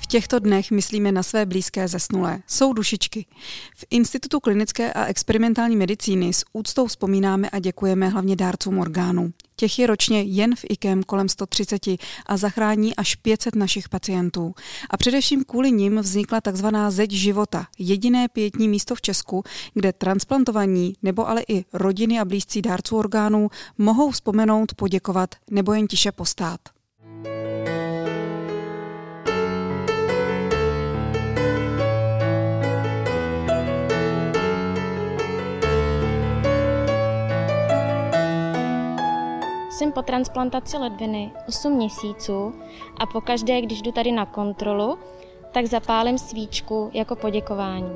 těchto dnech myslíme na své blízké zesnulé. Jsou dušičky. V Institutu klinické a experimentální medicíny s úctou vzpomínáme a děkujeme hlavně dárcům orgánů. Těch je ročně jen v IKEM kolem 130 a zachrání až 500 našich pacientů. A především kvůli nim vznikla takzvaná Zeď života, jediné pietní místo v Česku, kde transplantovaní nebo ale i rodiny a blízcí dárců orgánů mohou vzpomenout, poděkovat nebo jen tiše postát. Jsem po transplantaci ledviny 8 měsíců a pokaždé, když jdu tady na kontrolu, tak zapálím svíčku jako poděkování.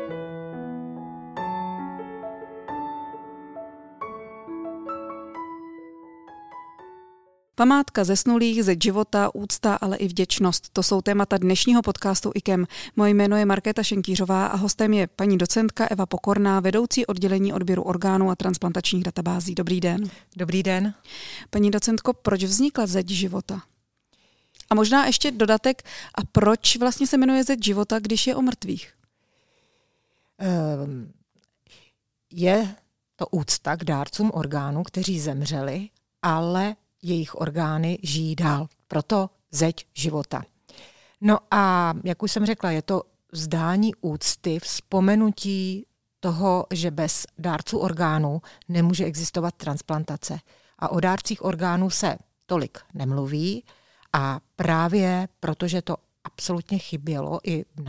Památka zesnulých, zeď života, úcta, ale i vděčnost. To jsou témata dnešního podcastu IKEM. Moje jméno je Markéta Šenkýřová a hostem je paní docentka Eva Pokorná, vedoucí oddělení odběru orgánů a transplantačních databází. Dobrý den. Dobrý den. Paní docentko, proč vznikla zeď života? A možná ještě dodatek, a proč vlastně se jmenuje zeď života, když je o mrtvých? Je to úcta k dárcům orgánů, kteří zemřeli, ale jejich orgány žijí dál. Proto zeď života. No a jak už jsem řekla, je to vzdání úcty, vzpomenutí toho, že bez dárců orgánů nemůže existovat transplantace. A o dárcích orgánů se tolik nemluví a právě protože to absolutně chybělo i v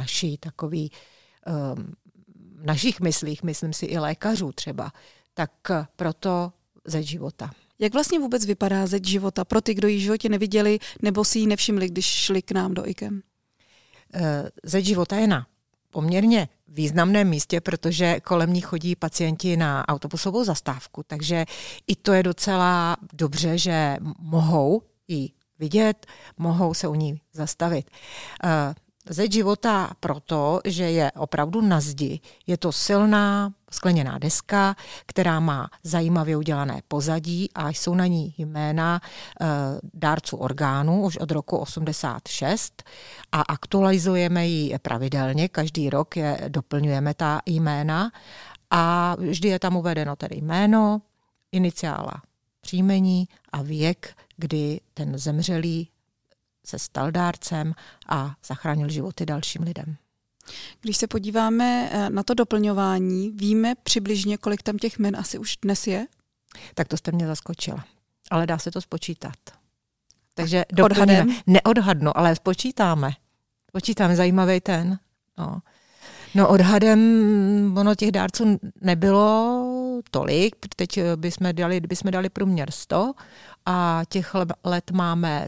našich myslích, myslím si i lékařů třeba, tak proto zeď života. Jak vlastně vůbec vypadá zeď života pro ty, kdo ji v životě neviděli nebo si ji nevšimli, když šli k nám do IKEM? Zeď života je na poměrně významném místě, protože kolem ní chodí pacienti na autobusovou zastávku, takže i to je docela dobře, že mohou ji vidět, mohou se u ní zastavit. Zeď života proto, že je opravdu na zdi. Je to silná skleněná deska, která má zajímavě udělané pozadí a jsou na ní jména dárců orgánů už od roku 86 a aktualizujeme ji pravidelně. Každý rok doplňujeme ta jména a vždy je tam uvedeno tedy jméno, iniciála příjmení a věk, kdy ten zemřelý se stal dárcem a zachránil životy dalším lidem. Když se podíváme na to doplňování, víme přibližně, kolik tam těch jmen asi už dnes je? Tak to jste mě zaskočila. Ale dá se to spočítat. Takže odhadem? Neodhadnu, ale spočítáme. Spočítáme, zajímavý ten. No odhadem, ono těch dárců nebylo tolik, teď kdybychom dali průměr 100 a těch let máme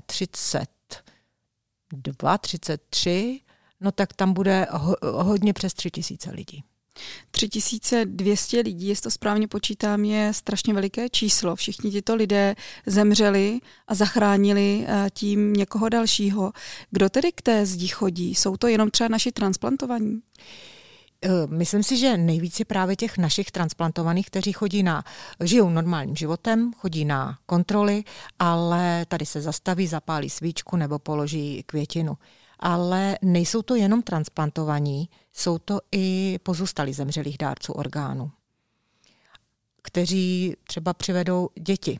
32, 33, no tak tam bude hodně přes 3000 lidí. 3200 lidí, jestli to správně počítám, je strašně veliké číslo. Všichni tito lidé zemřeli a zachránili tím někoho dalšího. Kdo tedy k té zdi chodí? Jsou to jenom třeba naši transplantovaní? Myslím si, že nejvíc je právě těch našich transplantovaných, kteří žijou normálním životem, chodí na kontroly, ale tady se zastaví, zapálí svíčku nebo položí květinu. Ale nejsou to jenom transplantovaní, jsou to i pozůstalí zemřelých dárců orgánů, kteří třeba přivedou děti,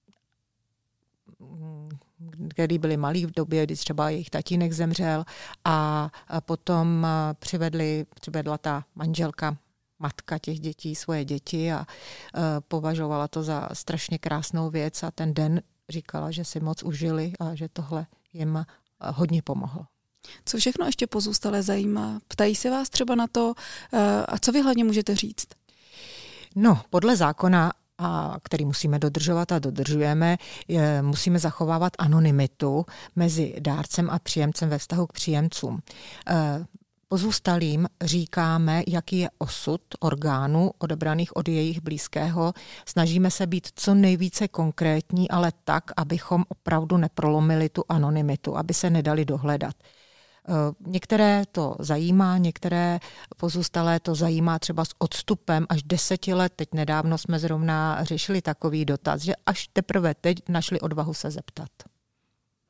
který byli malí v době, kdy třeba jejich tatínek zemřel a potom přivedla ta manželka, matka těch dětí, svoje děti a považovala to za strašně krásnou věc a ten den říkala, že si moc užili a že tohle jim hodně pomohlo. Co všechno ještě pozůstalé zajímá? Ptají se vás třeba na to, a co vy hlavně můžete říct? No, podle zákona, který musíme dodržovat a dodržujeme, musíme zachovávat anonymitu mezi dárcem a příjemcem ve vztahu k příjemcům. Pozůstalým říkáme, jaký je osud orgánů odebraných od jejich blízkého. Snažíme se být co nejvíce konkrétní, ale tak, abychom opravdu neprolomili tu anonymitu, aby se nedali dohledat. Některé to zajímá, některé pozůstalé to zajímá třeba s odstupem až 10 let. Teď nedávno jsme zrovna řešili takový dotaz, že až teprve teď našli odvahu se zeptat.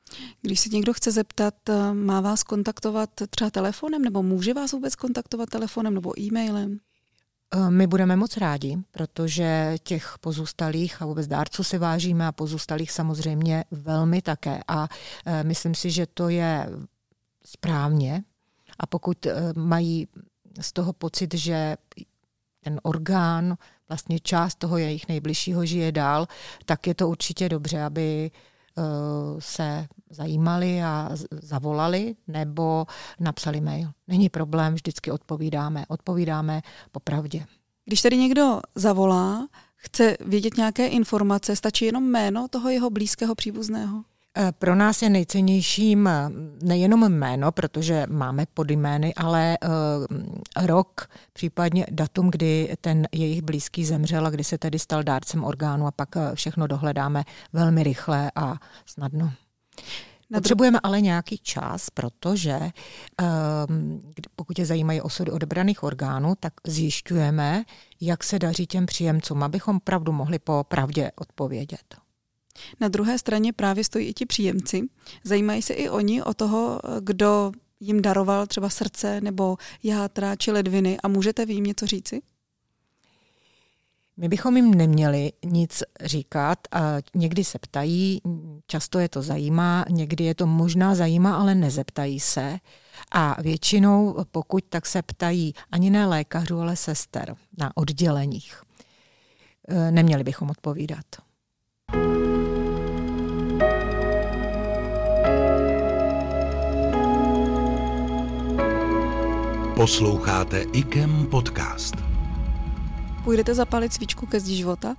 Když se někdo chce zeptat, má vás kontaktovat třeba telefonem, nebo může vás vůbec kontaktovat telefonem nebo e-mailem? My budeme moc rádi, protože těch pozůstalých a vůbec dárců si vážíme a pozůstalých samozřejmě velmi také. A myslím si, že to je správně. A pokud mají z toho pocit, že ten orgán, vlastně část toho jejich nejbližšího žije dál, tak je to určitě dobře, aby se zajímali a zavolali nebo napsali mail. Není problém, vždycky odpovídáme popravdě. Když tedy někdo zavolá, chce vědět nějaké informace, stačí jenom jméno toho jeho blízkého příbuzného? Pro nás je nejcennějším nejenom jméno, protože máme podjmény, ale rok, případně datum, kdy ten jejich blízký zemřel a kdy se tedy stal dárcem orgánu, a pak všechno dohledáme velmi rychle a snadno. Potřebujeme ale nějaký čas, protože pokud je zajímají osudy odebraných orgánů, tak zjišťujeme, jak se daří těm příjemcům, abychom opravdu mohli po pravdě odpovědět. Na druhé straně právě stojí i ti příjemci. Zajímají se i oni o toho, kdo jim daroval třeba srdce nebo játra či ledviny, a můžete vy jim něco říci? My bychom jim neměli nic říkat. A někdy se ptají, často je to zajímá, někdy je to možná zajímá, ale nezeptají se. A většinou, pokud tak se ptají ani ne lékařů, ale sester na odděleních. Neměli bychom odpovídat. Posloucháte IKEM podcast. Půjdete zapálit svíčku ke zdi života?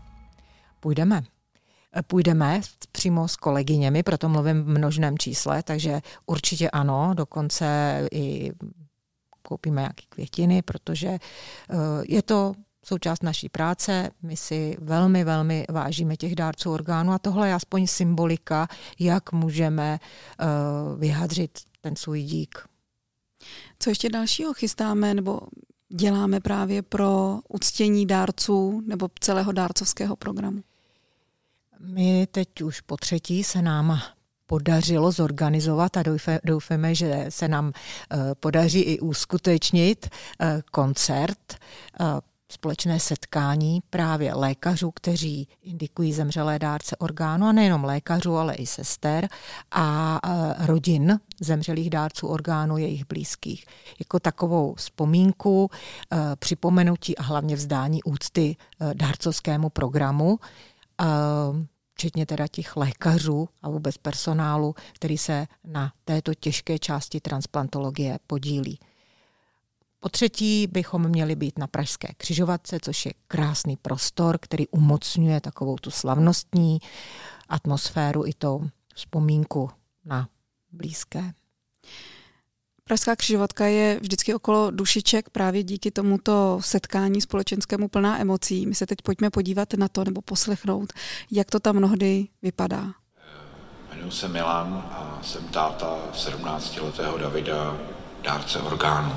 Půjdeme přímo s kolegyněmi, proto mluvím v množném čísle, takže určitě ano, dokonce i koupíme nějaké květiny, protože je to součást naší práce. My si velmi, velmi vážíme těch dárců orgánů a tohle je aspoň symbolika, jak můžeme vyjádřit ten svůj dík. Co ještě dalšího chystáme nebo děláme právě pro uctění dárců nebo celého dárcovského programu? My teď už po třetí se nám podařilo zorganizovat a doufáme, že se nám podaří i uskutečnit koncert, společné setkání právě lékařů, kteří indikují zemřelé dárce orgánů, a nejenom lékařů, ale i sester a rodin zemřelých dárců orgánů, jejich blízkých. Jako takovou vzpomínku, připomenutí a hlavně vzdání úcty dárcovskému programu, včetně teda těch lékařů a vůbec personálu, který se na této těžké části transplantologie podílí. Po třetí bychom měli být na Pražské křižovatce, což je krásný prostor, který umocňuje takovou tu slavnostní atmosféru i tou vzpomínku na blízké. Pražská křižovatka je vždycky okolo dušiček právě díky tomuto setkání společenskému plná emocí. My se teď pojďme podívat na to nebo poslechnout, jak to tam mnohdy vypadá. Jmenuji se Milan a jsem táta 17letého Davida, dárce orgánů.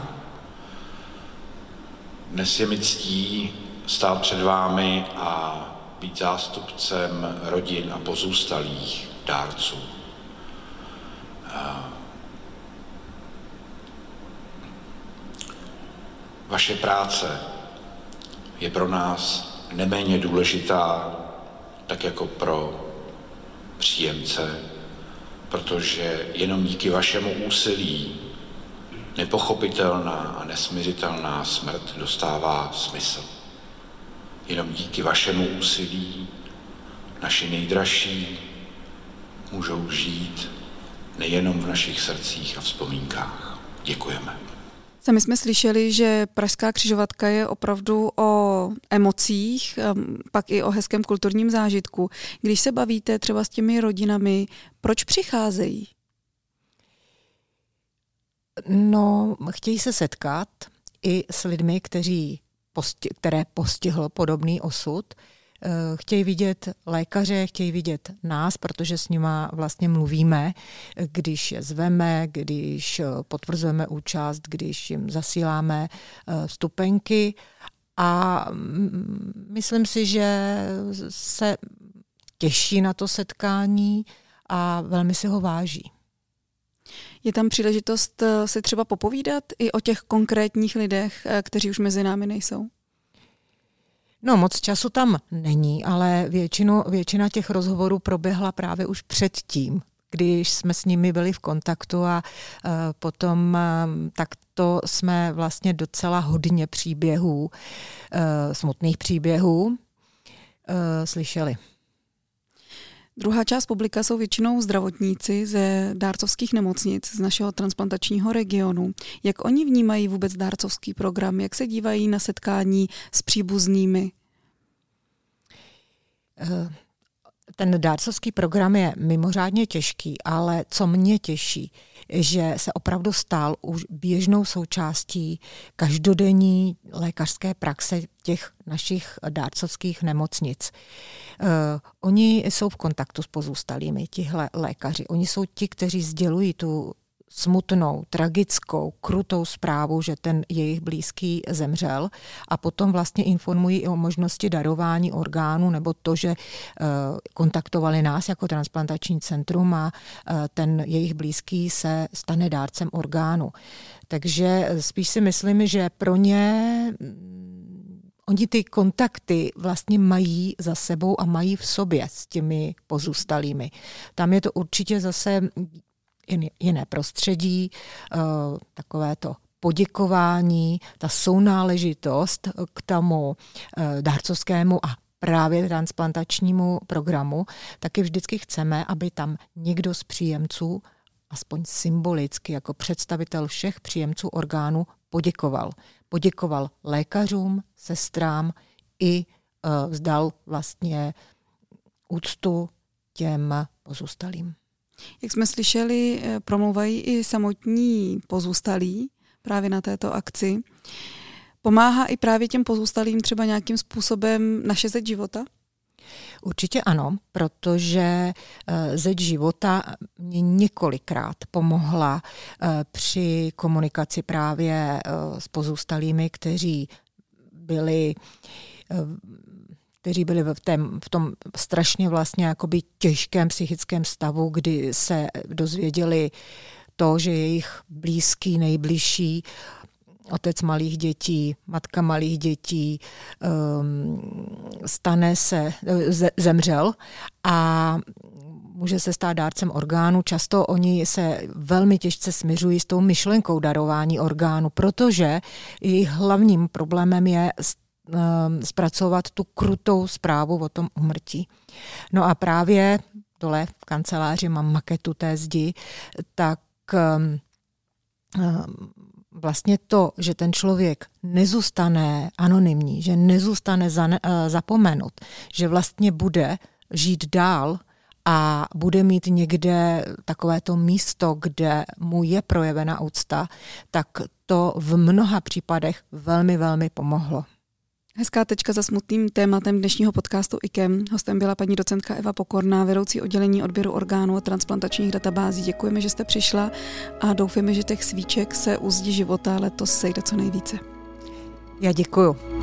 Dnes je mi ctí stát před vámi a být zástupcem rodin a pozůstalých dárců. Vaše práce je pro nás neméně důležitá, tak jako pro příjemce, protože jenom díky vašemu úsilí nepochopitelná a nesmiřitelná smrt dostává smysl. Jenom díky vašemu úsilí naši nejdražší můžou žít nejenom v našich srdcích a vzpomínkách. Děkujeme. Sami jsme slyšeli, že Pražská křižovatka je opravdu o emocích, pak i o hezkém kulturním zážitku. Když se bavíte třeba s těmi rodinami, proč přicházejí? No, chtějí se setkat i s lidmi, které postihl podobný osud. Chtějí vidět lékaře, chtějí vidět nás, protože s nima vlastně mluvíme, když je zveme, když potvrzujeme účast, když jim zasíláme vstupenky, a myslím si, že se těší na to setkání a velmi si ho váží. Je tam příležitost si třeba popovídat i o těch konkrétních lidech, kteří už mezi námi nejsou? No, moc času tam není, ale většina těch rozhovorů proběhla právě už předtím, když jsme s nimi byli v kontaktu a potom takto jsme vlastně docela hodně příběhů, smutných příběhů slyšeli. Druhá část publika jsou většinou zdravotníci ze dárcovských nemocnic z našeho transplantačního regionu. Jak oni vnímají vůbec dárcovský program? Jak se dívají na setkání s příbuznými? Ten dárcovský program je mimořádně těžký, ale co mě těší, že se opravdu stal už běžnou součástí každodenní lékařské praxe těch našich dárcovských nemocnic. Oni jsou v kontaktu s pozůstalými, tihle lékaři. Oni jsou ti, kteří sdělují tu smutnou, tragickou, krutou zprávu, že ten jejich blízký zemřel a potom vlastně informují i o možnosti darování orgánů nebo to, že kontaktovali nás jako transplantační centrum a ten jejich blízký se stane dárcem orgánu. Takže spíš si myslím, že pro ně oni ty kontakty vlastně mají za sebou a mají v sobě s těmi pozůstalými. Tam je to určitě zase jiné prostředí, takové to poděkování, ta sounáležitost k tomu dárcovskému a právě transplantačnímu programu, taky vždycky chceme, aby tam někdo z příjemců, aspoň symbolicky jako představitel všech příjemců orgánů, poděkoval. Poděkoval lékařům, sestrám i vzdal vlastně úctu těm pozůstalým. Jak jsme slyšeli, promlouvají i samotní pozůstalí právě na této akci. Pomáhá i právě těm pozůstalým třeba nějakým způsobem naše zeď života? Určitě ano, protože zeď života mě několikrát pomohla při komunikaci právě s pozůstalými, kteří byli v tom strašně vlastně jakoby těžkém psychickém stavu, kdy se dozvěděli to, že jejich blízký, nejbližší, otec malých dětí, matka malých dětí, zemřel a může se stát dárcem orgánu. Často oni se velmi těžce smiřují s tou myšlenkou darování orgánu, protože jejich hlavním problémem je zpracovat tu krutou zprávu o tom úmrtí. No a právě dole v kanceláři mám maketu té zdi, tak vlastně to, že ten člověk nezůstane anonymní, že nezůstane zapomenut, že vlastně bude žít dál a bude mít někde takovéto místo, kde mu je projevena úcta, tak to v mnoha případech velmi, velmi pomohlo. Hezká tečka za smutným tématem dnešního podcastu IKEM. Hostem byla paní docentka Eva Pokorná, vedoucí oddělení odběru orgánů a transplantačních databází. Děkujeme, že jste přišla a doufáme, že těch svíček se u zdi života letos sejde co nejvíce. Já děkuju.